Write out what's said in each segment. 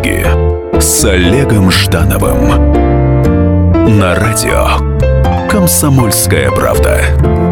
книги с Олегом Ждановым на радио «Комсомольская правда».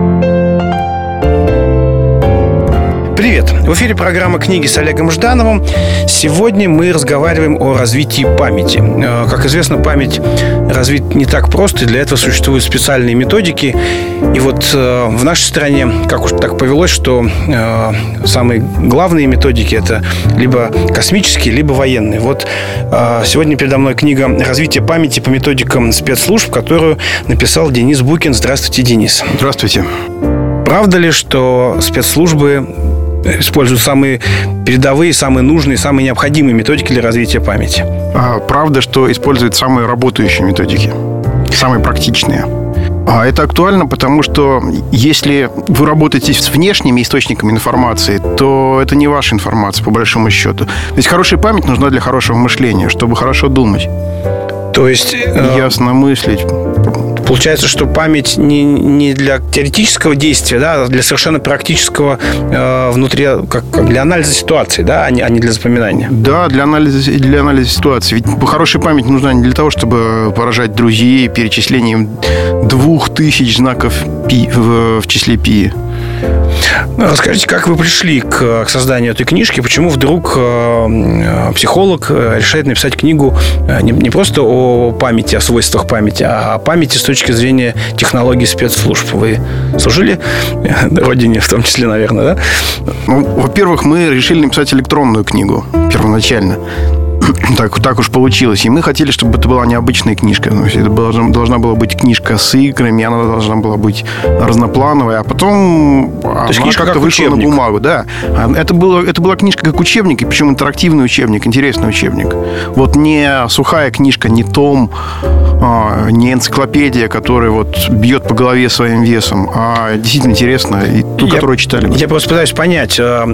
Привет! В эфире программа «Книги с Олегом Ждановым». Сегодня мы разговариваем о развитии памяти. Как известно, память развить не так просто, и для этого существуют специальные методики. И вот в нашей стране, как уж так повелось, что самые главные методики – это либо космические, либо военные. Вот сегодня передо мной книга «Развитие памяти по методикам спецслужб», которую написал Денис Букин. Здравствуйте, Денис. Здравствуйте. Правда ли, что спецслужбы используют самые передовые, самые нужные, самые необходимые методики для развития памяти? Правда, что используют самые работающие методики, самые практичные. Это актуально, потому что если вы работаете с внешними источниками информации, то это не ваша информация, по большому счету. Ведь хорошая память нужна для хорошего мышления, чтобы хорошо думать. То есть ясно мыслить. Получается, что память не для теоретического действия, да, а для совершенно практического внутри, как для анализа ситуации, да, а не для запоминания. Да, для анализа ситуации. Ведь хорошая память нужна не для того, чтобы поражать друзей перечислением 2000 знаков пи в числе пи. Расскажите, как вы пришли к созданию этой книжки? Почему вдруг психолог решает написать книгу не просто о памяти, о свойствах памяти, а о памяти с точки зрения технологий спецслужб? Вы служили родине, в том числе, наверное, да? Ну, во-первых, мы решили написать электронную книгу первоначально. Так уж получилось. И мы хотели, чтобы это была необычная книжка. Это должна была быть книжка с играми, она должна была быть разноплановая, а потом она как-то вышла на бумагу. Да. Это была книжка как учебник, и причем интерактивный учебник, интересный учебник. Вот не сухая книжка, не том, не энциклопедия, которая вот бьет по голове своим весом, а действительно интересная, и ту, которую читали. Я просто пытаюсь понять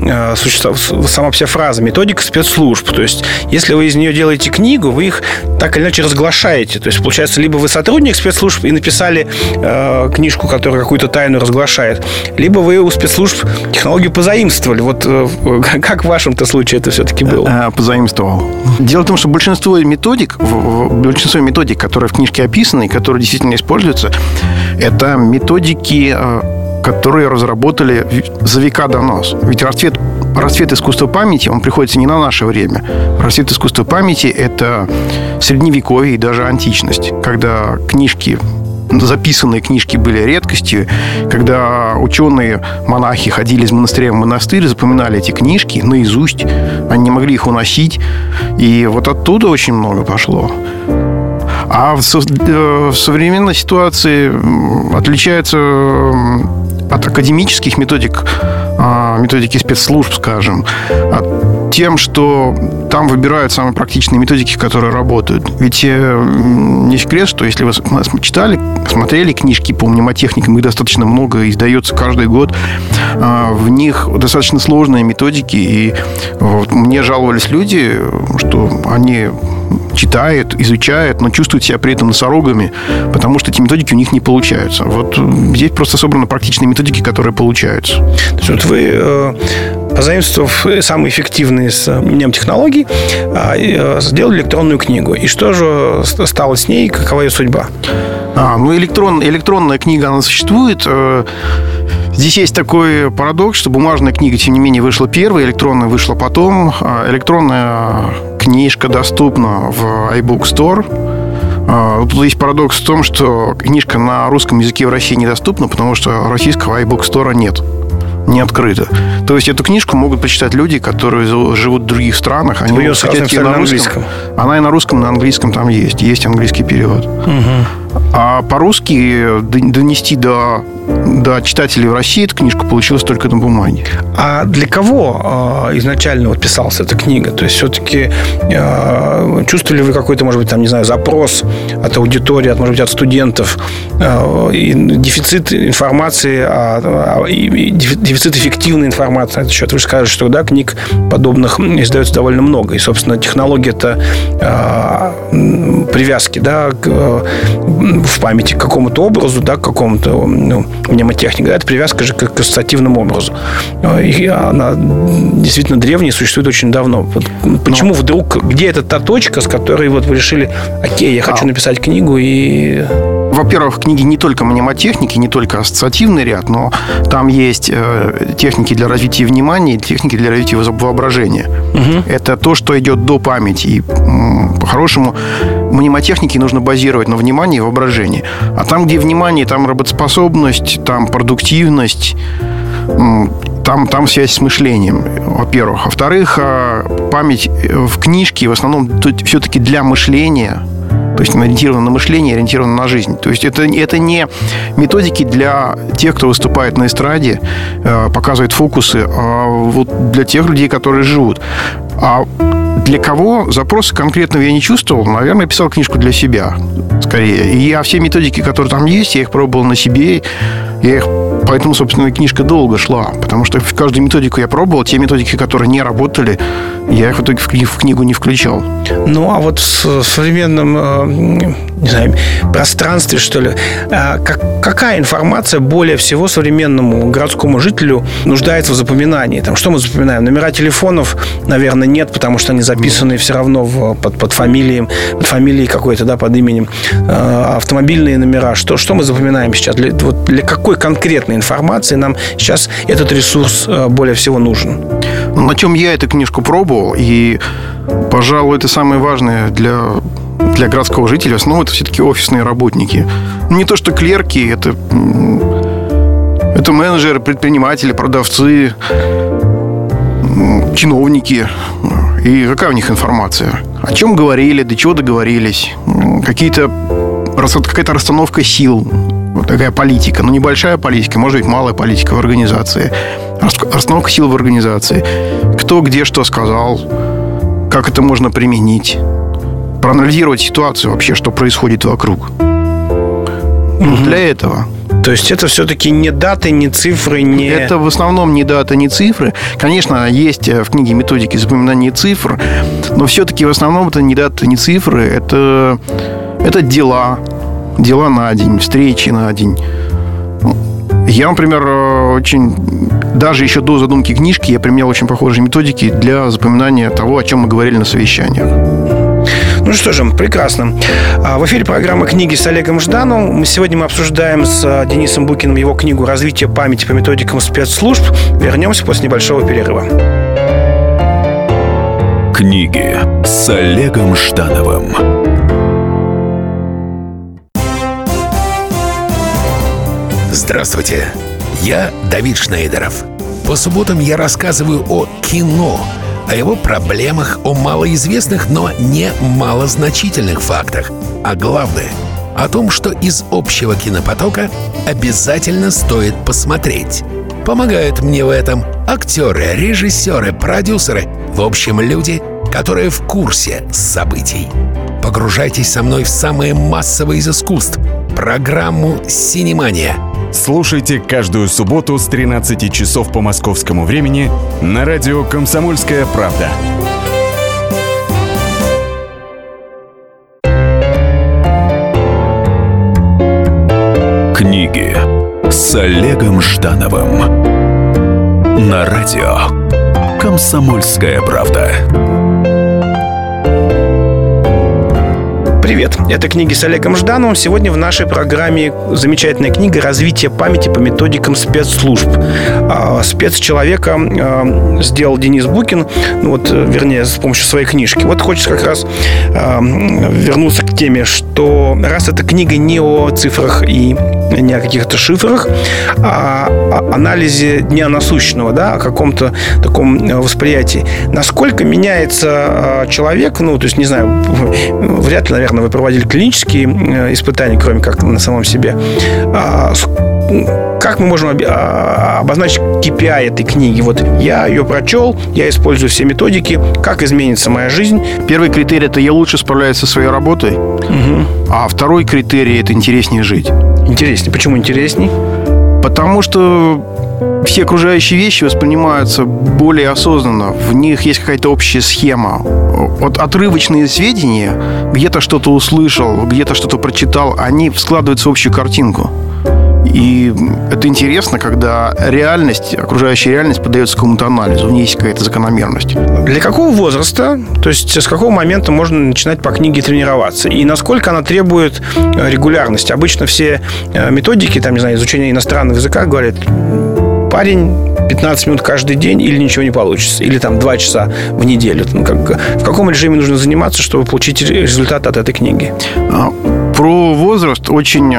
сама вся фраза «методика спецслужб». То есть, если вы из нее делаете книгу, вы их так или иначе разглашаете. То есть, получается, либо вы сотрудник спецслужб и написали книжку, которая какую-то тайну разглашает, либо вы у спецслужб технологию позаимствовали. Вот как в вашем-то случае это все-таки было? Позаимствовал. Дело в том, что большинство методик, которые в книжке описаны и которые действительно используются, это методики, которые разработали за века до нас. Ведь расцвет искусства памяти, он приходится не на наше время. Расцвет искусства памяти – это средневековье и даже античность, когда записанные книжки были редкостью, когда ученые, монахи ходили из монастыря в монастырь, запоминали эти книжки наизусть, они не могли их уносить, и вот оттуда очень много пошло. А в современной ситуации отличается от академических методики спецслужб, скажем, тем, что там выбирают самые практичные методики, которые работают. Ведь не секрет, что если вы смотрели книжки по мнемотехникам, их достаточно много, издается каждый год, в них достаточно сложные методики, и вот мне жаловались люди, что они читают, изучают, но чувствуют себя при этом носорогами, потому что эти методики у них не получаются. Вот здесь просто собраны практичные методики, которые получаются. То есть вот вы, позаимствовав самые эффективные с мнемотехнологий, сделали электронную книгу. И что же стало с ней? Какова ее судьба? Электронная книга, она существует. Здесь есть такой парадокс, что бумажная книга, тем не менее, вышла первой, электронная вышла потом. Электронная книжка доступна в iBook Store. Тут есть парадокс в том, что книжка на русском языке в России недоступна, потому что российского iBook Store нет. Не открыто. То есть эту книжку могут прочитать люди, которые живут в других странах. Они ее сразу написали на английском. Она и на русском, и на английском там есть. Есть английский перевод. А по-русски донести до читателей в России эту книжку получилось только на бумаге. А для кого изначально вот писалась эта книга? То есть все-таки чувствовали вы какой-то, может быть, там, не знаю, запрос от аудитории, может быть, от студентов, и дефицит информации, и дефицит эффективной информации на этот счет? Вы же сказали, что да, книг подобных издается довольно много. И, собственно, технология – это привязки, да, в памяти к какому-то образу, да, к какому-то мнемотехника. Это привязка же к ассоциативному образу. И она действительно древняя, существует очень давно. Почему вдруг, где эта та точка, с которой вот вы решили, окей, я хочу написать книгу и... Во-первых, в книге не только мнемотехники, не только ассоциативный ряд, но там есть техники для развития внимания и техники для развития воображения. Это то, что идет до памяти. И по-хорошему мнемотехники нужно базировать на внимании и воображении. А там, где внимание, там работоспособность, там продуктивность, там связь с мышлением, во-первых. Во-вторых, память в книжке в основном все-таки для мышления. То есть она ориентирована на мышление, ориентирована на жизнь. То есть это не методики для тех, кто выступает на эстраде, показывает фокусы, а вот для тех людей, которые живут. А для кого запроса конкретного я не чувствовал, наверное, я писал книжку для себя, скорее. И все методики, которые там есть, я их пробовал на себе. Поэтому, собственно, книжка долго шла. Потому что каждую методику я пробовал. Те методики, которые не работали, я их в итоге в книгу не включал. Ну, а вот в современном, не знаю, пространстве, что ли, какая информация более всего современному городскому жителю нуждается в запоминании? Там, что мы запоминаем? Номера телефонов, наверное, нет, потому что они записаны все равно под фамилией какой-то, да, под именем. Автомобильные номера. Что мы запоминаем сейчас? Для какой конкретной информации нам сейчас этот ресурс более всего нужен? На чем я эту книжку пробовал, и, пожалуй, это самое важное для городского жителя. В основном это все-таки офисные работники. Не то, что клерки, это менеджеры, предприниматели, продавцы, чиновники. И какая у них информация? О чем говорили, до чего договорились? Какая-то расстановка сил. Вот такая политика. Ну, небольшая политика, может быть, малая политика в организации. Расстановка сил в организации. Кто где что сказал, как это можно применить. Проанализировать ситуацию вообще, что происходит вокруг. Для этого. То есть это все-таки не даты, не цифры, не... Это в основном не даты, не цифры. Конечно, есть в книге методики запоминания цифр, но все-таки в основном это не даты, не цифры. Это дела. Дела на день, встречи на день. Я, например, даже еще до задумки книжки я применял очень похожие методики для запоминания того, о чем мы говорили на совещаниях. Ну что же, прекрасно. В эфире программа «Книги» с Олегом Ждановым. Сегодня мы обсуждаем с Денисом Букиным его книгу «Развитие памяти по методикам спецслужб». Вернемся после небольшого перерыва. Книги с Олегом Ждановым. Здравствуйте, я Давид Шнейдеров. По субботам я рассказываю о кино, о его проблемах, о малоизвестных, но не малозначительных фактах. А главное, о том, что из общего кинопотока обязательно стоит посмотреть. Помогают мне в этом актеры, режиссеры, продюсеры, в общем, люди, которые в курсе событий. Погружайтесь со мной в самое массовое из искусств — программу «Синемания». Слушайте каждую субботу с 13 часов по московскому времени на радио «Комсомольская правда». Книги с Олегом Ждановым на радио «Комсомольская правда». Привет, это «Книги с Олегом Ждановым». Сегодня в нашей программе замечательная книга «Развитие памяти по методикам спецслужб». Спецчеловека сделал Денис Букин, вернее, с помощью своей книжки. Вот хочется как раз вернуться к теме, что раз эта книга не о цифрах и не о каких-то шифрах, а о анализе дня насущного, да, о каком-то таком восприятии. Насколько меняется человек, то есть, не знаю, вряд ли, наверное, вы проводили клинические испытания, кроме как на самом себе. Как мы можем обозначить KPI этой книги? Вот я ее прочел, я использую все методики. Как изменится моя жизнь? Первый критерий – это я лучше справляюсь со своей работой. А второй критерий – это интереснее жить. Интереснее. Почему интересней? Потому что все окружающие вещи воспринимаются более осознанно. В них есть какая-то общая схема. Вот отрывочные сведения, где-то что-то услышал, где-то что-то прочитал, они складываются в общую картинку. И это интересно, когда окружающая реальность поддается какому-то анализу, в ней есть какая-то закономерность. Для какого возраста, то есть с какого момента можно начинать по книге тренироваться? И насколько она требует регулярности? Обычно все методики, там, не знаю, изучения иностранного языка говорят: парень, 15 минут каждый день, или ничего не получится, или там 2 часа в неделю. В каком режиме нужно заниматься, чтобы получить результат от этой книги? Про возраст очень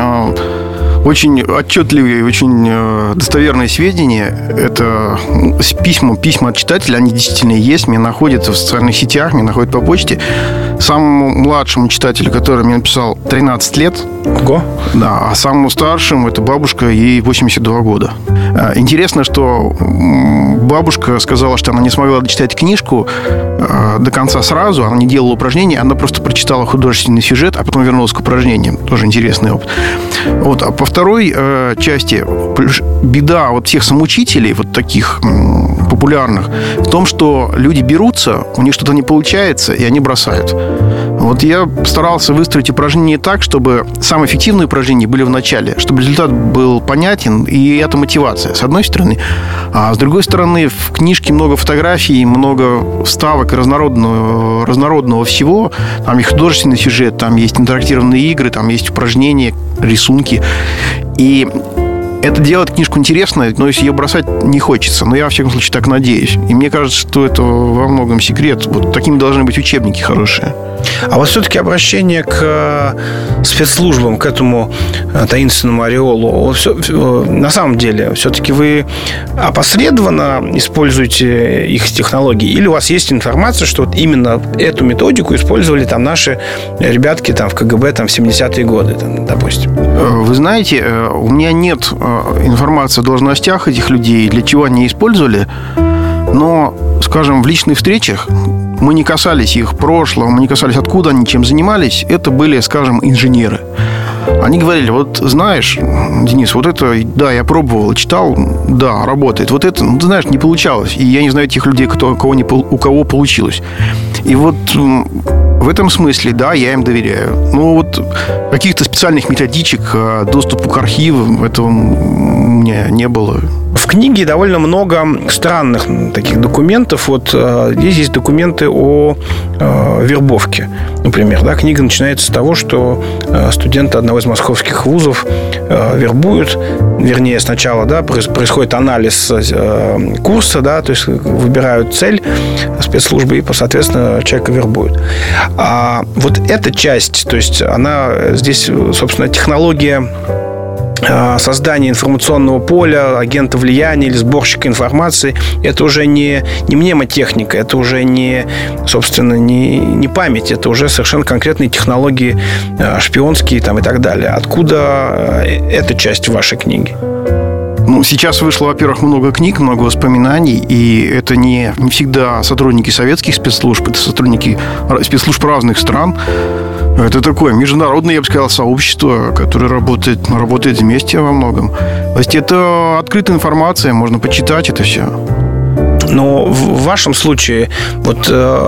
отчетливые, очень достоверные сведения. Это письма от читателей, они действительно есть, мне находятся в социальных сетях, мне находят по почте. Самому младшему читателю, который мне написал, 13 лет. Ого. Да, а самому старшему, это бабушка, ей 82 года. Интересно, что бабушка сказала, что она не смогла дочитать книжку до конца сразу, она не делала упражнений, она просто прочитала художественный сюжет, а потом вернулась к упражнениям. Тоже интересный опыт. Вот. А по второй части беда вот всех самоучителей, вот таких популярных, в том, что люди берутся, у них что-то не получается, и они бросают. Вот я старался выстроить упражнения так, чтобы самые эффективные упражнения были в начале, чтобы результат был понятен, и это мотивация, с одной стороны. А с другой стороны, в книжке много фотографий, много вставок и разнородного всего. Там есть художественный сюжет, там есть интерактивные игры, там есть упражнения, рисунки. И это делает книжку интересной, но если ее бросать не хочется. Но я, во всяком случае, так надеюсь. И мне кажется, что это во многом секрет. Вот такими должны быть учебники хорошие. А вот все-таки обращение к спецслужбам, к этому таинственному ореолу, на самом деле, все-таки вы опосредованно используете их технологии? Или у вас есть информация, что вот именно эту методику использовали там наши ребятки там, в КГБ там, в 70-е годы, там, допустим? Вы знаете, у меня нет информации о должностях этих людей, для чего они использовали. Но, скажем, в личных встречах мы не касались их прошлого, мы не касались, откуда они чем занимались. Это были, скажем, инженеры. Они говорили: вот знаешь, Денис, вот это, да, я пробовал, читал, да, работает. Вот это, ты знаешь, не получалось. И я не знаю тех людей, у кого получилось. И вот в этом смысле, да, я им доверяю. Но вот каких-то специальных методичек, доступа к архивам, этого у меня не было. В книге довольно много странных таких документов. Вот здесь есть документы о вербовке, например. Да, книга начинается с того, что студенты одного из московских вузов вербуют. Вернее, сначала, да, происходит анализ курса, да, то есть выбирают цель спецслужбы и, соответственно, человека вербуют. А вот эта часть, то есть она здесь, собственно, технология создание информационного поля, агента влияния или сборщика информации, это уже не мнемотехника, это уже не, собственно, не память, это уже совершенно конкретные технологии шпионские там, и так далее. Откуда эта часть вашей книги? Ну, сейчас вышло, во-первых, много книг, много воспоминаний, и это не всегда сотрудники советских спецслужб, это сотрудники спецслужб разных стран. Это такое международное, я бы сказал, сообщество, которое работает вместе во многом. То есть это открытая информация, можно почитать это все. Но в вашем случае вот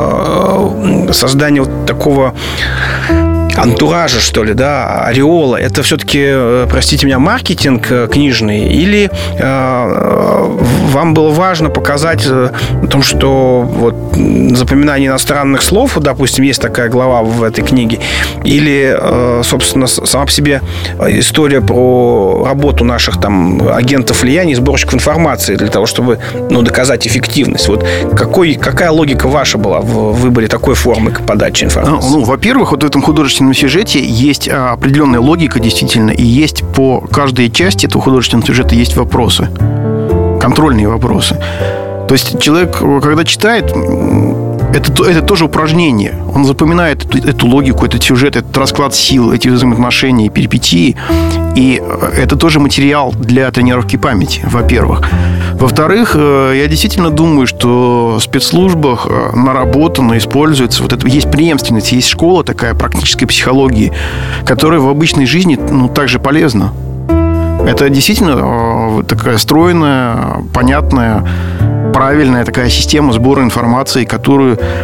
создание вот такого антуража, что ли, да, ореола, это все-таки, простите меня, маркетинг книжный, или вам было важно показать о том, что вот запоминание иностранных слов, вот, допустим, есть такая глава в этой книге, или, собственно, сама по себе история про работу наших там агентов влияния и сборщиков информации для того, чтобы, ну, доказать эффективность. Вот какая логика ваша была в выборе такой формы подачи информации? Ну, во-первых, вот в этом художественном сюжете есть определенная логика, действительно, и есть по каждой части этого художественного сюжета есть вопросы, контрольные вопросы. То есть человек, когда читает, это тоже упражнение. Он запоминает эту логику, этот сюжет, этот расклад сил, эти взаимоотношения, перипетии. И это тоже материал для тренировки памяти, во-первых. Во-вторых, я действительно думаю, что в спецслужбах наработано, используется вот это. Есть преемственность, есть школа такая практической психологии, которая в обычной жизни, ну, также полезна. Это действительно такая стройная, понятная, правильная такая система сбора информации, которую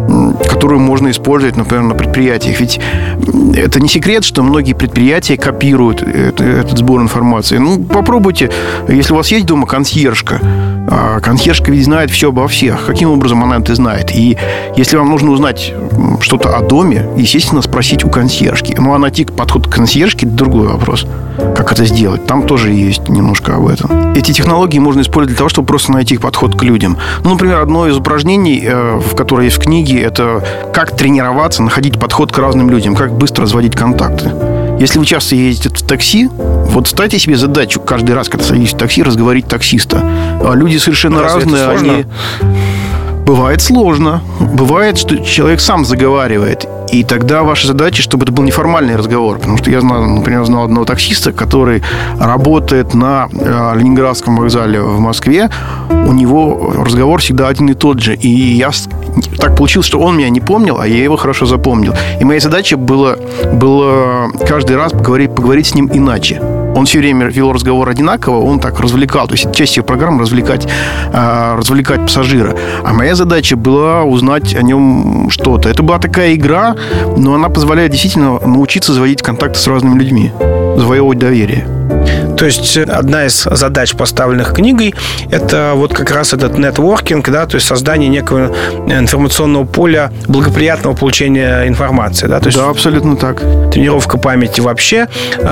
которую можно использовать, например, на предприятиях. Ведь это не секрет, что многие предприятия копируют этот сбор информации. Ну, попробуйте, если у вас есть дома консьержка, консьержка ведь знает все обо всех. Каким образом она это знает? И если вам нужно узнать что-то о доме, естественно, спросить у консьержки. Ну, а найти подход к консьержке – это другой вопрос. Как это сделать? Там тоже есть немножко об этом. Эти технологии можно использовать для того, чтобы просто найти подход к людям. Ну, например, одно из упражнений, которое есть в книге, это как тренироваться, находить подход к разным людям, как быстро разводить контакты. Если вы часто ездите в такси, вот ставьте себе задачу каждый раз, когда садитесь в такси, разговорить таксиста. Люди совершенно разные. Они... Бывает сложно. Бывает, что человек сам заговаривает. И тогда ваша задача, чтобы это был неформальный разговор. Потому что я, например, знал одного таксиста, который работает на Ленинградском вокзале в Москве. У него разговор всегда один и тот же. И так получилось, что он меня не помнил, а я его хорошо запомнил. И моя задача была каждый раз поговорить с ним иначе. Он все время вел разговор одинаково, он так развлекал. То есть часть его программы развлекать пассажира. А моя задача была узнать о нем что-то. Это была такая игра, но она позволяет действительно научиться заводить контакты с разными людьми, завоевывать доверие. То есть одна из задач, поставленных книгой, это вот как раз этот нетворкинг, да, то есть создание некого информационного поля благоприятного получения информации. Да, то есть да, абсолютно так. Тренировка памяти вообще,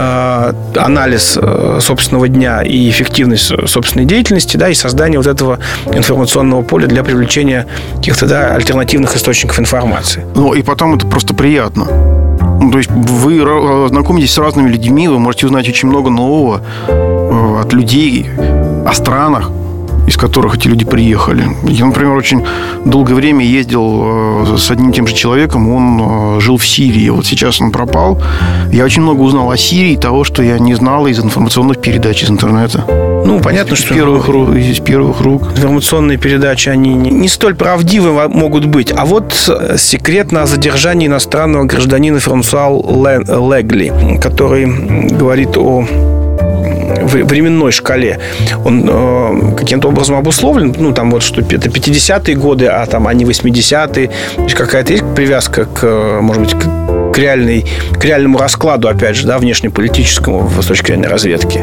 анализ собственного дня и эффективность собственной деятельности, да, и создание вот этого информационного поля для привлечения каких-то, да, альтернативных источников информации. Ну, и потом это просто приятно. То есть вы знакомитесь с разными людьми, вы можете узнать очень много нового от людей, о странах, из которых эти люди приехали. Я, например, очень долгое время ездил с одним и тем же человеком, он жил в Сирии. Вот сейчас он пропал. Я очень много узнал о Сирии, того, что я не знал из информационных передач из интернета. Ну, понятно, что из первых рук. Информационные передачи, они не столь правдивы могут быть. А вот секрет на задержании иностранного гражданина Франсуа Легли, который говорит о временной шкале. Он каким-то образом обусловлен, ну, там вот, что это 50-е годы, а там они 80-е. То есть какая-то есть привязка к, может быть, к реальному раскладу, опять же, да, внешнеполитическому с точки зрения разведки.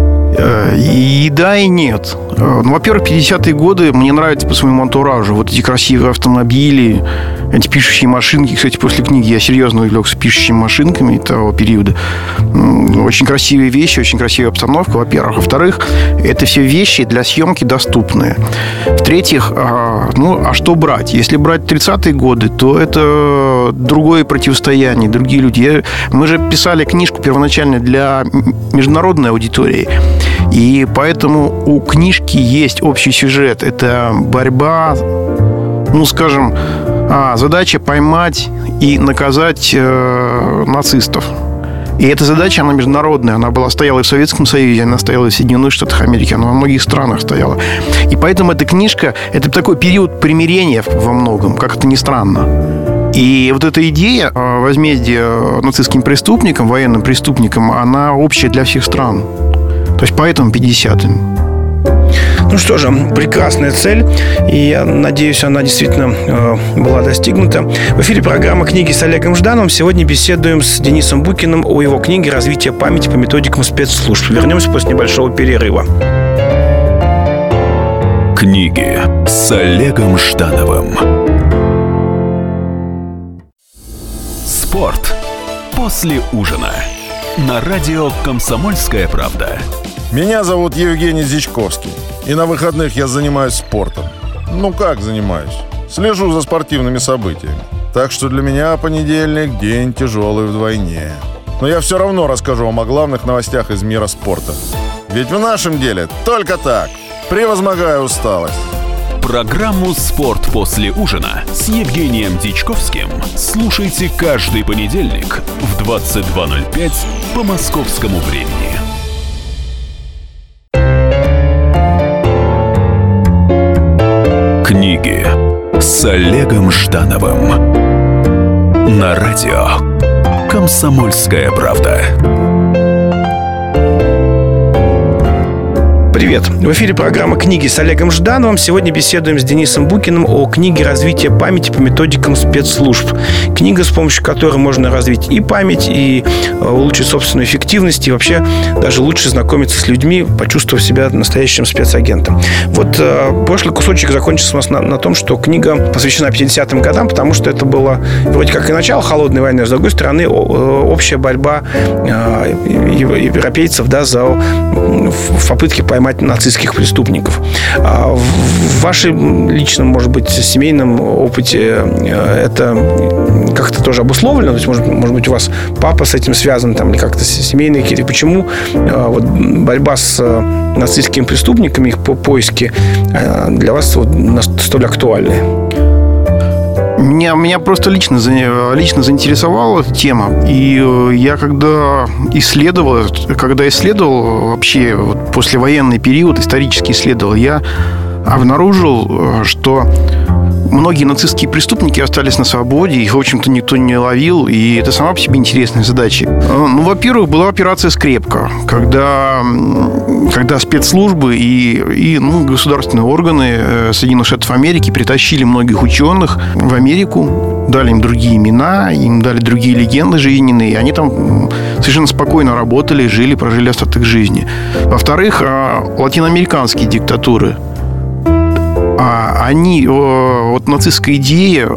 И да, и нет. Ну, во-первых, 50-е годы мне нравятся по своему антуражу. Вот эти красивые автомобили, эти пишущие машинки. Кстати, после книги я серьезно увлекся пишущими машинками того периода. Очень красивые вещи, очень красивая обстановка, во-первых. Во-вторых, это все вещи для съемки доступные. В-третьих, а что брать? Если брать 30-е годы, то это другое противостояние, другие люди. Мы же писали книжку первоначально для международной аудитории. И поэтому у книжки есть общий сюжет. Это борьба, ну, скажем, задача поймать и наказать нацистов. И эта задача, она международная. Она стояла и в Советском Союзе, она стояла и в Соединенных Штатах Америки, она во многих странах стояла. И поэтому эта книжка, это такой период примирения во многом, как это ни странно. И вот эта идея возмездия нацистским преступникам, военным преступникам, она общая для всех стран. То есть поэтому 50-м. Ну что же, прекрасная цель. И я надеюсь, она действительно была достигнута. В эфире программа «Книги» с Олегом Ждановым. Сегодня беседуем с Денисом Букиным о его книге «Развитие памяти по методикам спецслужб». Вернемся после небольшого перерыва. Книги с Олегом Ждановым. Спорт после ужина. На радио «Комсомольская правда». Меня зовут Евгений Зичковский. И на выходных я занимаюсь спортом. Ну как занимаюсь? Слежу за спортивными событиями. Так что для меня понедельник – день тяжелый вдвойне. Но я все равно расскажу вам о главных новостях из мира спорта. Ведь в нашем деле только так. Превозмогая усталость. Программу «Спорт после ужина» с Евгением Дичковским слушайте каждый понедельник в 22:05 по московскому времени. Книги с Олегом Ждановым на радио «Комсомольская правда». Привет. В эфире программа «Книги» с Олегом Ждановым. Сегодня беседуем с Денисом Букиным о книге «Развитие памяти по методикам спецслужб». Книга, с помощью которой можно развить и память, и улучшить собственную эффективность, и вообще даже лучше знакомиться с людьми, почувствовав себя настоящим спецагентом. Вот прошлый кусочек закончился у нас на том, что книга посвящена 50-м годам, потому что это было вроде как и начало холодной войны, а с другой стороны общая борьба европейцев, да, в попытке поймать нацистских преступников. В вашем личном, может быть, семейном опыте это как-то тоже обусловлено? То есть, может быть, у вас папа с этим связан, там, или как-то семейные какие-то. Почему вот борьба с нацистскими преступниками, их поиски для вас вот столь актуальны? Меня просто лично заинтересовала эта тема. И я когда исследовал вообще вот послевоенный период, исторически исследовал, я обнаружил, что многие нацистские преступники остались на свободе, их, в общем-то, никто не ловил, и это сама по себе интересная задача. Ну, во-первых, была операция «Скрепка», когда спецслужбы и государственные органы Соединенных Штатов Америки притащили многих ученых в Америку, дали им другие имена, им дали другие легенды жизненные, и они там совершенно спокойно работали, жили, прожили остаток жизни. Во-вторых, латиноамериканские диктатуры, нацистская идея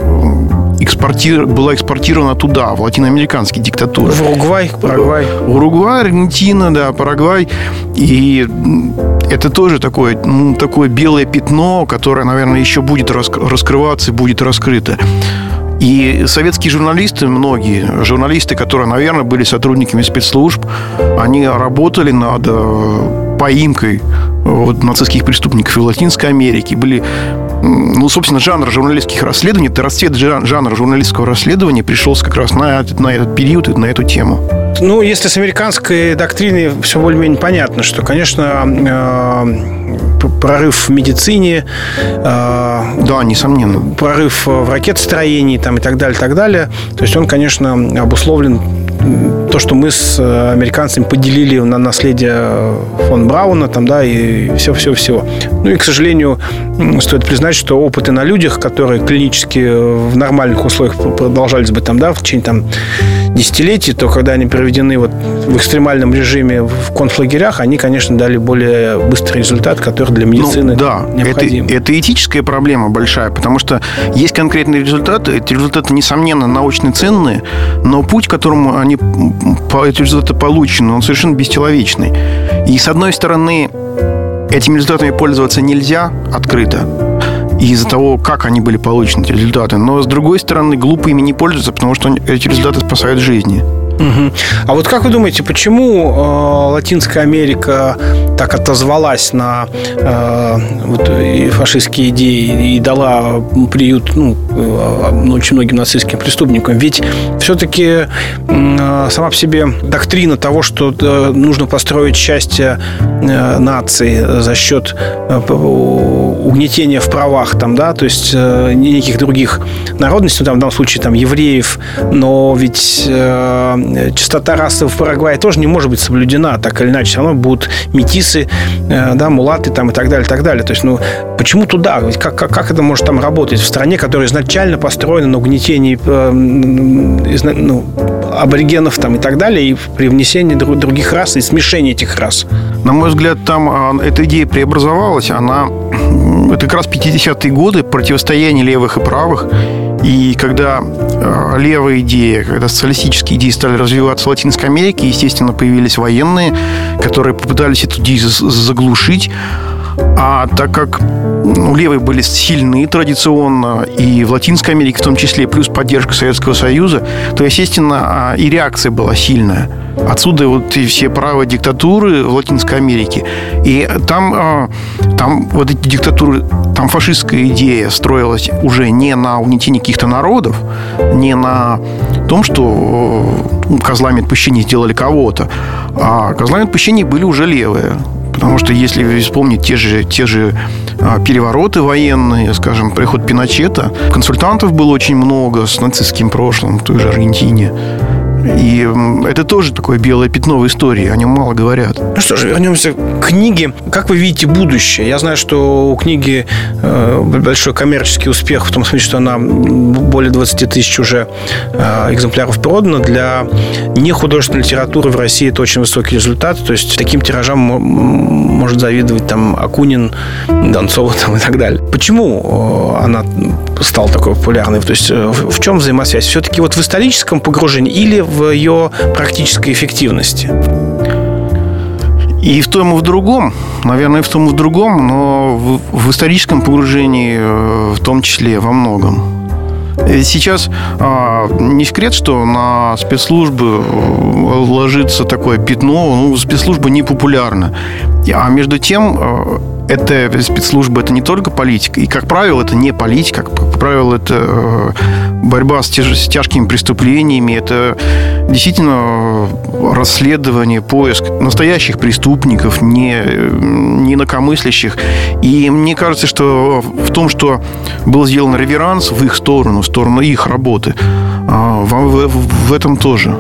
была экспортирована туда, в латиноамериканские диктатуры. В Уругвай, Парагвай. Уругвай, Аргентина, да, Парагвай. И это тоже такое белое пятно, которое, наверное, еще будет раскрываться и будет раскрыто. И советские многие журналисты, которые, наверное, были сотрудниками спецслужб, они работали над поимкой нацистских преступников и в Латинской Америке. Были, собственно, жанр журналистских расследований, расцвет жанра журналистского расследования пришелся как раз на этот период и на эту тему. Ну, если с американской доктриной все более-менее понятно, что, конечно, прорыв в медицине, да, несомненно, прорыв в ракетостроении там, и так далее. То есть он, конечно, обусловлен то, что мы с американцами поделили на наследие фон Брауна, там, да, и все. Ну и, к сожалению, стоит признать, что опыты на людях, которые клинически в нормальных условиях продолжались бы там, да, в течение десятилетий, то когда они проведены вот в экстремальном режиме в концлагерях, они, конечно, дали более быстрый результат, который для медицины необходим. Это этическая проблема большая, потому что есть конкретные результаты, эти результаты, несомненно, научно ценные, но путь, которому они эти результаты получены, он совершенно бесчеловечный. И, с одной стороны, этими результатами пользоваться нельзя открыто, из-за того, как они были получены, эти результаты. Но, с другой стороны, глупо ими не пользоваться, потому что эти результаты спасают жизни. Угу. А вот как вы думаете, почему Латинская Америка так отозвалась на фашистские идеи и дала приют очень многим нацистским преступникам? Ведь все-таки сама по себе доктрина того, что нужно построить счастье нации за счет угнетения в правах, там, да, то есть никаких других народностей, в данном случае евреев, но ведь чистота расы в Парагвае тоже не может быть соблюдена, так или иначе. Все равно будут метисы, да, мулаты там, и так далее, и так далее. То есть, почему туда? Ведь как это может там работать? В стране, которая изначально построена на угнетении аборигенов там, и так далее, и при внесении других рас и смешении этих рас. На мой взгляд, там эта идея преобразовалась. Это как раз 50-е годы, противостояние левых и правых. И когда левая идея, когда социалистические идеи стали развиваться в Латинской Америке, естественно, появились военные, которые попытались эту идею заглушить. А так как левые были сильны традиционно, и в Латинской Америке в том числе, плюс поддержка Советского Союза, то, естественно, и реакция была сильная. Отсюда и все правые диктатуры в Латинской Америке. И там вот эти диктатуры, там фашистская идея строилась уже не на угнетении каких-то народов, не на том, что козлами отпущения сделали кого-то, а козлами отпущения были уже левые. Потому что если вспомнить те же перевороты военные, скажем, приход Пиночета, консультантов было очень много с нацистским прошлым в той же Аргентине. И это тоже такое белое пятно в истории, о нем мало говорят. Ну что же, вернемся к книге. Как вы видите будущее? Я знаю, что у книги большой коммерческий успех, в том смысле, что она более 20 тысяч уже экземпляров продана. Для нехудожественной литературы в России это очень высокий результат. То есть таким тиражам может завидовать там Акунин, Донцова там, и так далее. Почему она стала такой популярной? То есть в чем взаимосвязь? Все-таки вот в историческом погружении или в ее практической эффективности? И в том, и в другом. Наверное, в том, и в другом, но в историческом погружении в том числе во многом. Ведь сейчас не секрет, что на спецслужбы ложится такое пятно. Ну, спецслужба не популярна. А между тем, эта спецслужба – это не только политика. И, как правило, это не политика. Как правило, это борьба с тяжкими преступлениями. Это действительно расследование, поиск настоящих преступников, не инакомыслящих. И мне кажется, что в том, что был сделан реверанс в их сторону, в сторону их работы, в этом тоже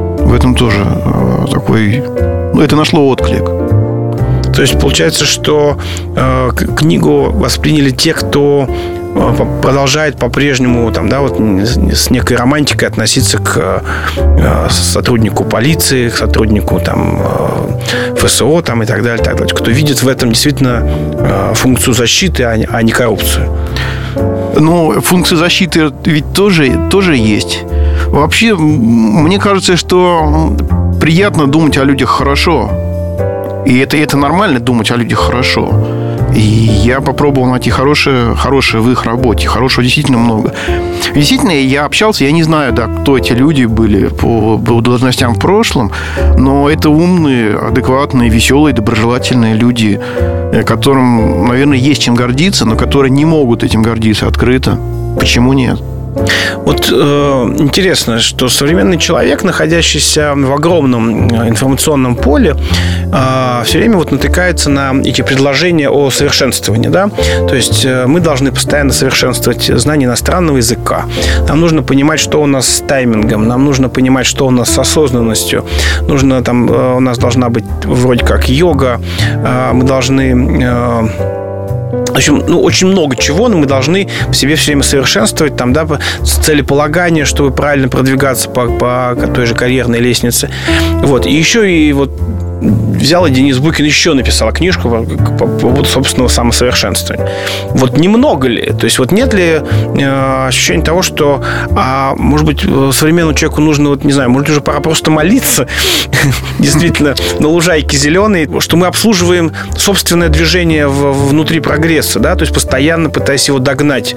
такой... Ну, это нашло отклик. То есть получается, что книгу восприняли те, кто продолжает по-прежнему там, да, вот, с некой романтикой относиться к сотруднику полиции, к сотруднику там, ФСО там, и так далее, так далее. Кто видит в этом действительно функцию защиты, а не коррупцию. Ну, функция защиты ведь тоже есть. Вообще, мне кажется, что приятно думать о людях хорошо. И это нормально думать о людях хорошо. И я попробовал найти хорошее в их работе. Хорошего действительно много. Действительно, я общался, я не знаю, да, кто эти люди были по должностям в прошлом, но это умные, адекватные, веселые, доброжелательные люди, которым, наверное, есть чем гордиться, но которые не могут этим гордиться открыто. Почему нет? Вот интересно, что современный человек, находящийся в огромном информационном поле, все время вот натыкается на эти предложения о совершенствовании, да? То есть мы должны постоянно совершенствовать знание иностранного языка. Нам нужно понимать, что у нас с таймингом, нам нужно понимать, что у нас с осознанностью. Нужно там, у нас должна быть вроде как йога, мы должны... В общем, очень много чего, но мы должны в себе все время совершенствовать там, да, с целеполагания, чтобы правильно продвигаться по той же карьерной лестнице. Вот. И еще и вот взял и Денис Букин еще написал книжку по поводу собственного самосовершенствования. Вот немного ли? То есть вот нет ли ощущения того, что, может быть, современному человеку нужно, вот не знаю, может уже пора просто молиться действительно на лужайке зеленой, что мы обслуживаем собственное движение внутри прогресса, да, то есть постоянно пытаясь его догнать.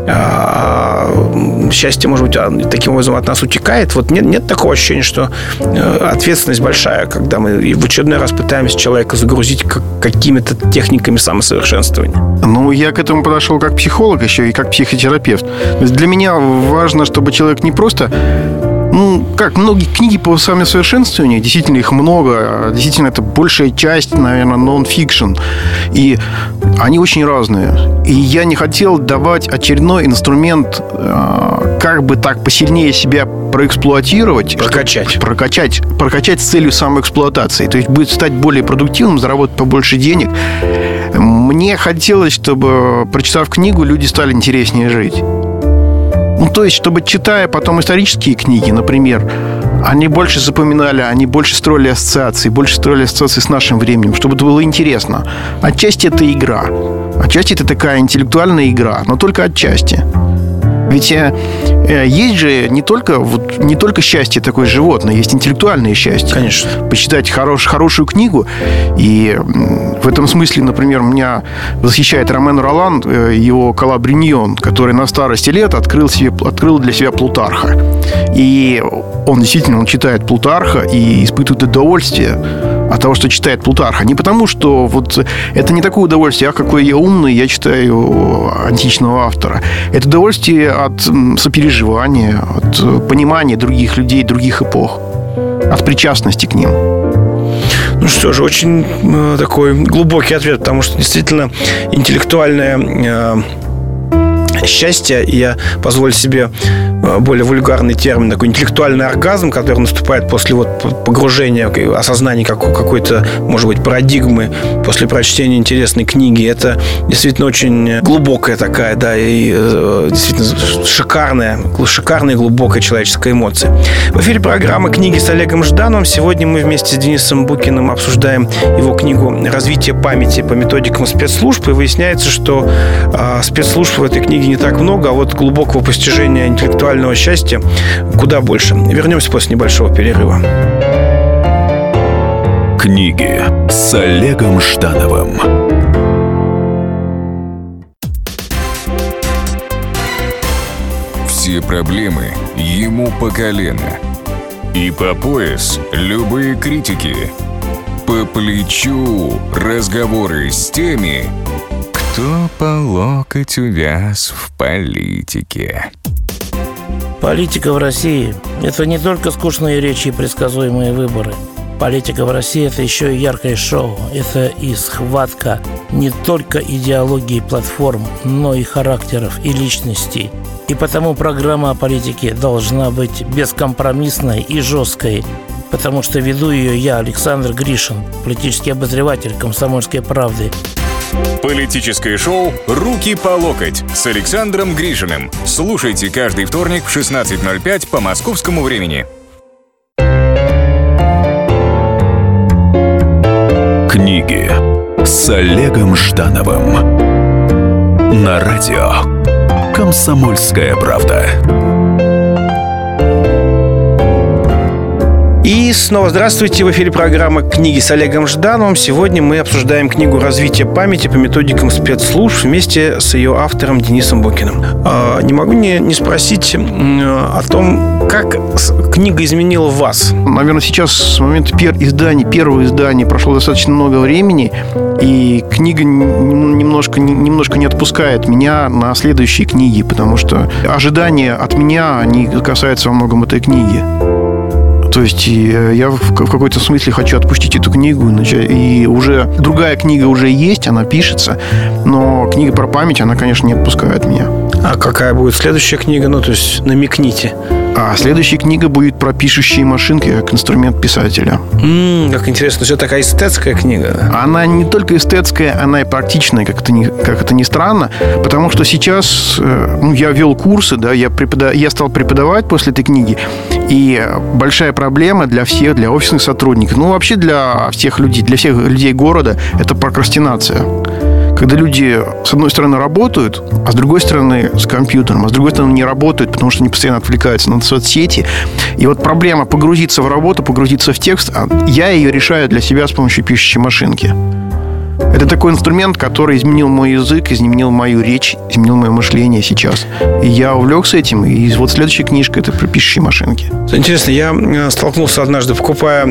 Счастье, может быть, таким образом от нас утекает. Вот нет такого ощущения, что ответственность большая, когда мы в очередной раз пытаемся человека загрузить какими-то техниками самосовершенствования. Ну, я к этому подошел как психолог еще и как психотерапевт. То есть для меня важно, чтобы человек не просто... как многие книги по самосовершенствованию, действительно их много, действительно это большая часть, наверное, нон-фикшн, и они очень разные. И я не хотел давать очередной инструмент, как бы так посильнее себя проэксплуатировать. Прокачать с целью самоэксплуатации. То есть будет стать более продуктивным, заработать побольше денег. Мне хотелось, чтобы, прочитав книгу, люди стали интереснее жить. То есть, чтобы, читая потом исторические книги, например, они больше запоминали, они больше строили ассоциации с нашим временем, чтобы это было интересно. Отчасти это игра. Отчасти это такая интеллектуальная игра, но только отчасти. Ведь есть же не только счастье такое животное, есть интеллектуальное счастье. Конечно. Почитать хорошую книгу. И в этом смысле, например, меня восхищает Ромен Ролан, его «Калабриньон», который на старости лет открыл для себя Плутарха. И он читает Плутарха и испытывает удовольствие от того, что читает Плутарха. Не потому, что вот это не такое удовольствие, какой я умный, я читаю античного автора. Это удовольствие от сопереживания, от понимания других людей, других эпох, от причастности к ним. Ну что же, очень такой глубокий ответ, потому что действительно интеллектуальное счастье, я позволю себе более вульгарный термин, такой интеллектуальный оргазм, который наступает после погружения, осознания какой-то, может быть, парадигмы, после прочтения интересной книги. Это действительно очень глубокая такая, да, и действительно шикарная и глубокая человеческая эмоция. В эфире программа «Книги с Олегом Ждановым». Сегодня мы вместе с Денисом Букиным обсуждаем его книгу «Развитие памяти по методикам спецслужб». И выясняется, что спецслужб в этой книге не так много, а вот глубокого постижения интеллектуального счастья куда больше. Вернемся после небольшого перерыва. Книги с Олегом Ждановым. Все проблемы ему по колено. И по пояс любые критики. По плечу разговоры с теми, кто по локоть увяз в политике. Политика в России – это не только скучные речи и предсказуемые выборы. Политика в России – это еще и яркое шоу. Это и схватка не только идеологии платформ, но и характеров и личностей. И потому программа о политике должна быть бескомпромиссной и жесткой, потому что веду ее я, Александр Гришин, политический обозреватель «Комсомольской правды». Политическое шоу «Руки по локоть» с Александром Гришиным. Слушайте каждый вторник в 16:05 по московскому времени. Книги с Олегом Ждановым. На радио «Комсомольская правда». И снова здравствуйте. В эфире программа «Книги с Олегом Ждановым». Сегодня мы обсуждаем книгу «Развитие памяти по методикам спецслужб» вместе с ее автором Денисом Букиным. Не могу не спросить о том, как книга изменила вас. Наверное, сейчас с момента первого издания прошло достаточно много времени, и книга немножко не отпускает меня на следующие книги, потому что ожидания от меня, они касаются во многом этой книги. То есть я в какой-то смысле хочу отпустить эту книгу, и уже другая книга уже есть, она пишется, но книга про память, она, конечно, не отпускает меня. А какая будет следующая книга? Ну, то есть намекните. А следующая книга будет про пишущие машинки как инструмент писателя. Как интересно, все такая эстетская книга, да? Она не только эстетская, она и практичная, как это ни странно, потому что сейчас я вел курсы, да, я стал преподавать после этой книги, и большая проблема для всех, для офисных сотрудников, вообще для всех людей города, это прокрастинация. Когда люди, с одной стороны, работают, а с другой стороны, с компьютером, а с другой стороны, не работают, потому что они постоянно отвлекаются на соцсети. И вот проблема погрузиться в работу, погрузиться в текст, я ее решаю для себя с помощью пишущей машинки. Это такой инструмент, который изменил мой язык, изменил мою речь, изменил мое мышление сейчас. И я увлекся этим, и вот следующая книжка – это про пишущие машинки. Интересно, я столкнулся однажды, покупая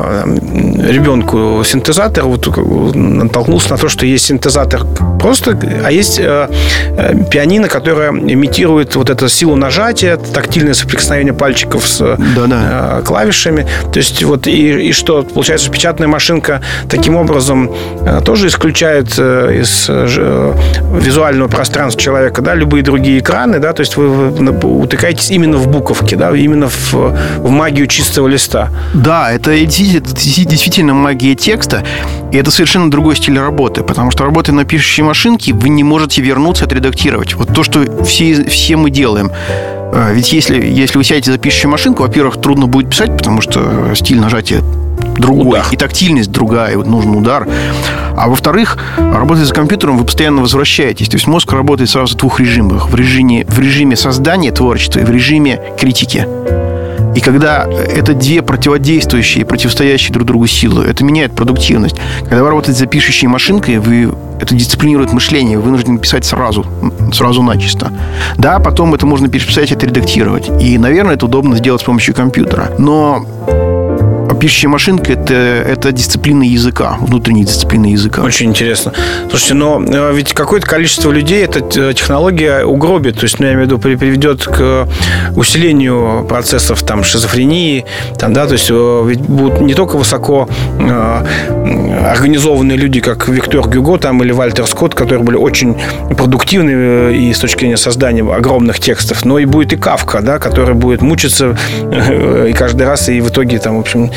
ребенку синтезатор, натолкнулся на то, что есть синтезатор просто, а есть пианино, которое имитирует вот эту силу нажатия, тактильное соприкосновение пальчиков с клавишами. То есть и что, получается, печатная машинка таким образом тоже исключает из визуального пространства человека, да, любые другие экраны, да, то есть вы утыкаетесь именно в буковки, да, именно в магию чистого листа. Да, это действительно магия текста, и это совершенно другой стиль работы, потому что, работая на пишущей машинке, вы не можете вернуться, отредактировать. Вот то, что все мы делаем. Ведь если вы сядете за пишущую машинку, во-первых, трудно будет писать, потому что стиль нажатия другой, и тактильность другая, нужен удар. А во-вторых, работая за компьютером, вы постоянно возвращаетесь. То есть мозг работает сразу в двух режимах. В режиме создания творчества и в режиме критики. И когда это две противодействующие, противостоящие друг другу силы, это меняет продуктивность. Когда вы работаете за пишущей машинкой, это дисциплинирует мышление, вы вынуждены писать сразу начисто. Да, потом это можно переписать, отредактировать. И, наверное, это удобно сделать с помощью компьютера. Но пишущая машинка – это дисциплина языка, внутренняя дисциплина языка. Очень интересно. Слушайте, но ведь какое-то количество людей эта технология угробит, то есть, я имею в виду, приведет к усилению процессов там, шизофрении, там, да, то есть ведь будут не только высоко организованные люди, как Виктор Гюго там, или Вальтер Скотт, которые были очень продуктивны и с точки зрения создания огромных текстов, но и будет и Кафка, да, который будет мучиться и каждый раз, и в итоге там, в общем...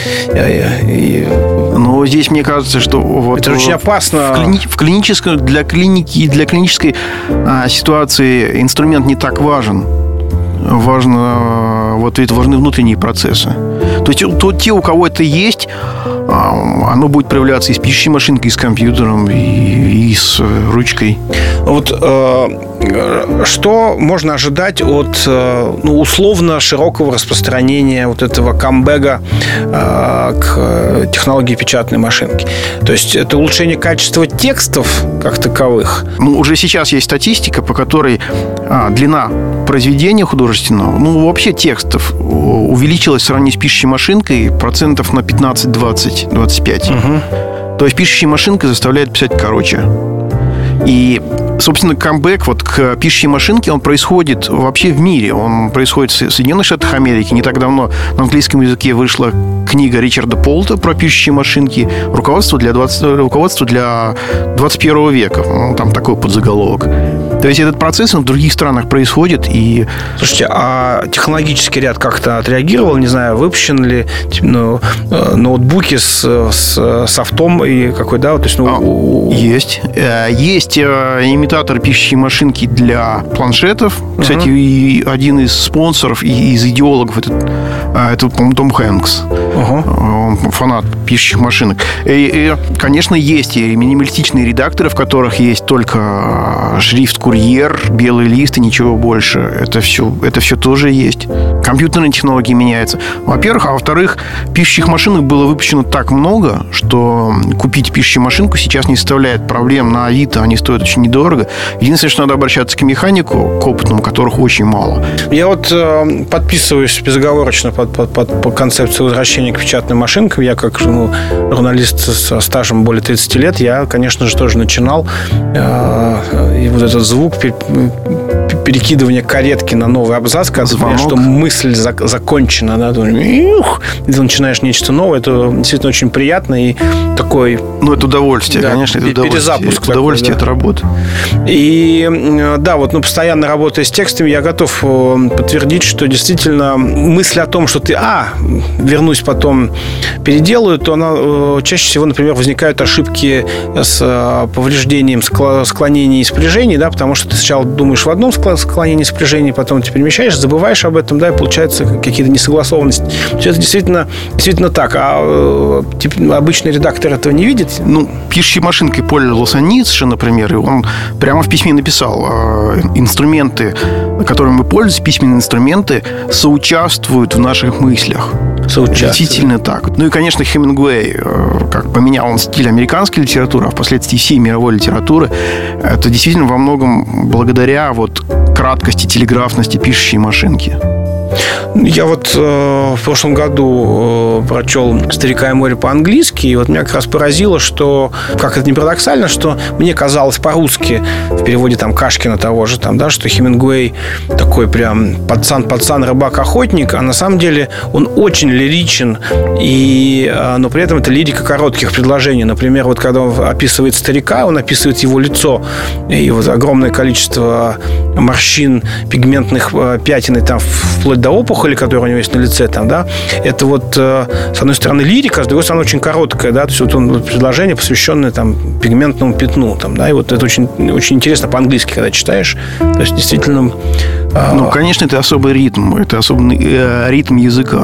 Но здесь мне кажется, что... Вот это очень опасно. Для клиники и для клинической ситуации инструмент не так важен. Важны внутренние процессы. То есть те, у кого это есть, оно будет проявляться и с пишущей машинкой, и с компьютером, и с ручкой. Вот что можно ожидать от условно широкого распространения вот этого камбэга к технологии печатной машинки? То есть это улучшение качества текстов как таковых? Уже сейчас есть статистика, по которой длина произведения художественного, вообще текстов, увеличилась в сравнении с пишущей машинкой процентов на 15, 20, 25. Угу. То есть пишущая машинка заставляет писать короче. И, собственно, камбэк к пишущей машинке, он происходит вообще в мире. Он происходит в Соединенных Штатах Америки. Не так давно на английском языке вышла книга Ричарда Полта про пишущие машинки. Руководство для 21 века. Там такой подзаголовок. То есть этот процесс в других странах происходит. И... Слушайте, а технологический ряд как-то отреагировал? Не знаю, выпущены ли ноутбуки с софтом и какой, да? То есть, Есть. Есть имитатор пишущей машинки для планшетов. Кстати, и один из спонсоров и из идеологов это, по-моему, Том Хэнкс. Он фанат пишущих машинок. И, конечно, есть и минималистичные редакторы, в которых есть только шрифт курьер, белый лист и ничего больше. Это все тоже есть. Компьютерные технологии меняются. Во-первых. А во-вторых, пишущих машинок было выпущено так много, что купить пишущую машинку сейчас не составляет проблем. На Авито они стоят очень недорого. Единственное, что надо обращаться к механику, к опытному, которых очень мало. Я подписываюсь безоговорочно под концепцию возвращения к печатным машинкам. Я как журналист со стажем более 30 лет, я, конечно же, тоже начинал. И вот этот звук перекидывания каретки на новый абзац, когда ты понимаешь, что мысль закончена, да, и ты начинаешь нечто новое, это действительно очень приятно и такой... это удовольствие, да, конечно, это удовольствие. Перезапуск. Это удовольствие, это работа. И да, постоянно работая с текстами, я готов подтвердить, что действительно мысль о том, что ты, вернусь потом, переделаю, то она чаще всего, например, возникают ошибки с повреждением склонений и спряжений, да, потому что ты сначала думаешь в одном склонении спряжений, потом ты перемещаешь, забываешь об этом, да, и получаются какие-то несогласованности. Все это действительно так. А обычный редактор этого не видит. Пишущей машинкой пользовался Ницше, например, и он прямо в письме написал: инструменты, которыми мы пользуемся, письменные инструменты, соучаствуют в наших мыслях. Действительно так. И, конечно, Хемингуэй, как поменял он стиль американской литературы, а впоследствии всей мировой литературы, это действительно во многом благодаря краткости, телеграфности пишущей машинки. Я в прошлом году прочел «Старика и море» по-английски, и меня как раз поразило, что, как это ни парадоксально, что мне казалось по-русски, в переводе Кашкина того же, что Хемингуэй такой прям пацан, рыбак-охотник, а на самом деле он очень лиричен, но при этом это лирика коротких предложений. Например, когда он описывает старика, он описывает его лицо, и огромное количество морщин, пигментных пятен, вплоть до опухоли, которая у него есть на лице, это с одной стороны лирика, а с другой стороны очень короткая, да, то есть предложение, посвященное пигментному пятну, и это очень, очень интересно по-английски, когда читаешь, то есть действительно... конечно, это особый ритм, это особый ритм языка.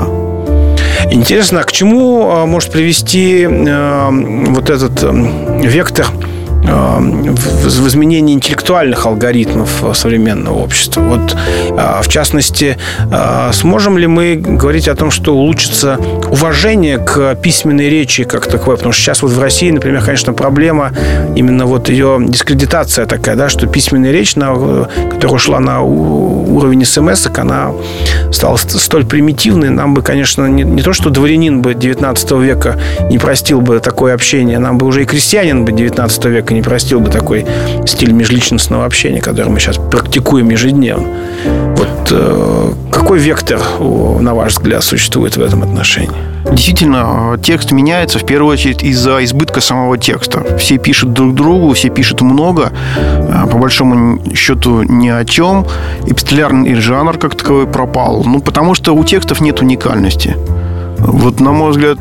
Интересно, а к чему может привести этот вектор в изменении интеллектуальных алгоритмов современного общества. Вот, в частности, сможем ли мы говорить о том, что улучшится уважение к письменной речи как таковой? Потому что сейчас вот в России, например, конечно, проблема именно вот ее дискредитация такая, да, что письменная речь, которая ушла на уровень смс-ок, она стала столь примитивной. Нам бы, конечно, не то, что дворянин бы 19 века не простил бы такое общение, нам бы уже и крестьянин бы 19 века не простил бы такой стиль межличностного общения, который мы сейчас практикуем ежедневно. Вот какой вектор, на ваш взгляд, существует в этом отношении? Действительно, текст меняется в первую очередь из-за избытка самого текста. Все пишут друг другу, все пишут много, по большому счету ни о чем. Эпистолярный жанр как таковой пропал. Ну, потому что у текстов нет уникальности. Вот, на мой взгляд,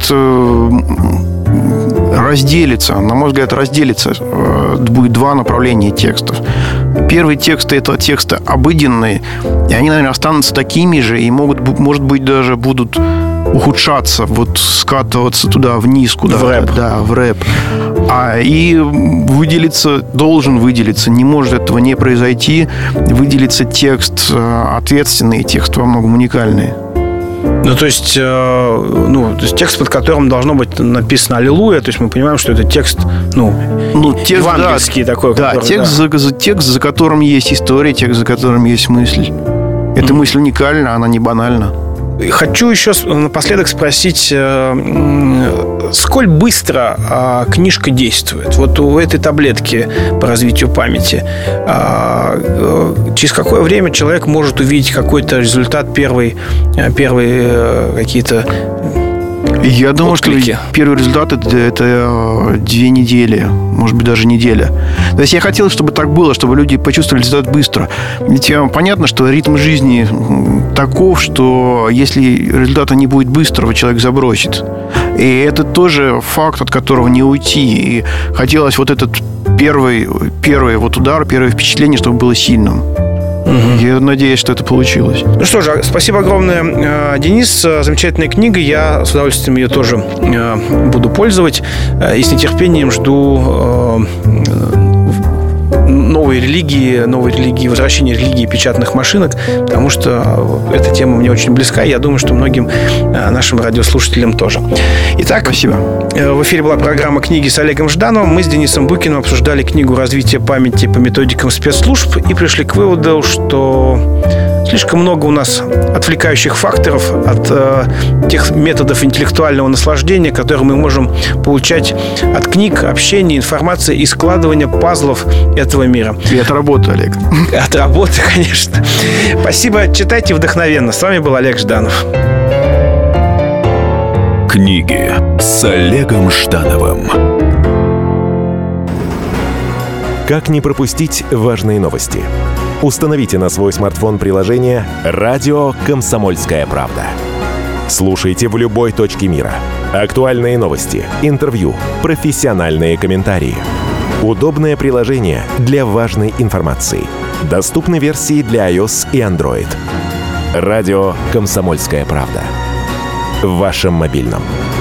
разделится будет два направления текстов. Первый текст – это тексты обыденные, и они, наверное, останутся такими же, и может быть, даже будут ухудшаться, вот скатываться туда вниз, куда-то. В рэп. Да, в рэп. И должен выделиться, не может этого не произойти, выделится текст ответственный, текст во многом уникальный. То есть текст, под которым должно быть написано «Аллилуйя», то есть мы понимаем, что это текст, текст, евангельский, да, такой. Да, текст, за которым есть история, текст, за которым есть мысль. Эта мысль уникальна, она не банальна. Хочу еще напоследок спросить, сколь быстро книжка действует? Вот у этой таблетки по развитию памяти через какое время человек может увидеть какой-то результат, первые какие-то Я думаю, отклики? Что первый результат это 2 недели, может быть, даже неделя. То есть я хотел, чтобы так было, чтобы люди почувствовали результат быстро. Ведь понятно, что ритм жизни таков, что если результата не будет быстрого, человек забросит. И это тоже факт, от которого не уйти. И хотелось вот этот первый вот удар, первое впечатление, чтобы было сильным. Я надеюсь, что это получилось. Ну что же, спасибо огромное, Денис. Замечательная книга. Я с удовольствием ее тоже буду пользовать. И с нетерпением жду новой религии, возвращения религии печатных машинок, потому что эта тема мне очень близка, и я думаю, что многим нашим радиослушателям тоже. Итак, спасибо. В эфире была программа «Книги» с Олегом Ждановым. Мы с Денисом Букиным обсуждали книгу «Развитие памяти по методикам спецслужб» и пришли к выводу, что слишком много у нас отвлекающих факторов от тех методов интеллектуального наслаждения, которые мы можем получать от книг, общения, информации и складывания пазлов этого мира. И от работы, Олег. От работы, конечно. Спасибо. Читайте вдохновенно. С вами был Олег Жданов. Книги с Олегом Ждановым. Как не пропустить важные новости? Установите на свой смартфон приложение «Радио Комсомольская правда». Слушайте в любой точке мира. Актуальные новости, интервью, профессиональные комментарии. Удобное приложение для важной информации. Доступны версии для iOS и Android. «Радио Комсомольская правда». В вашем мобильном.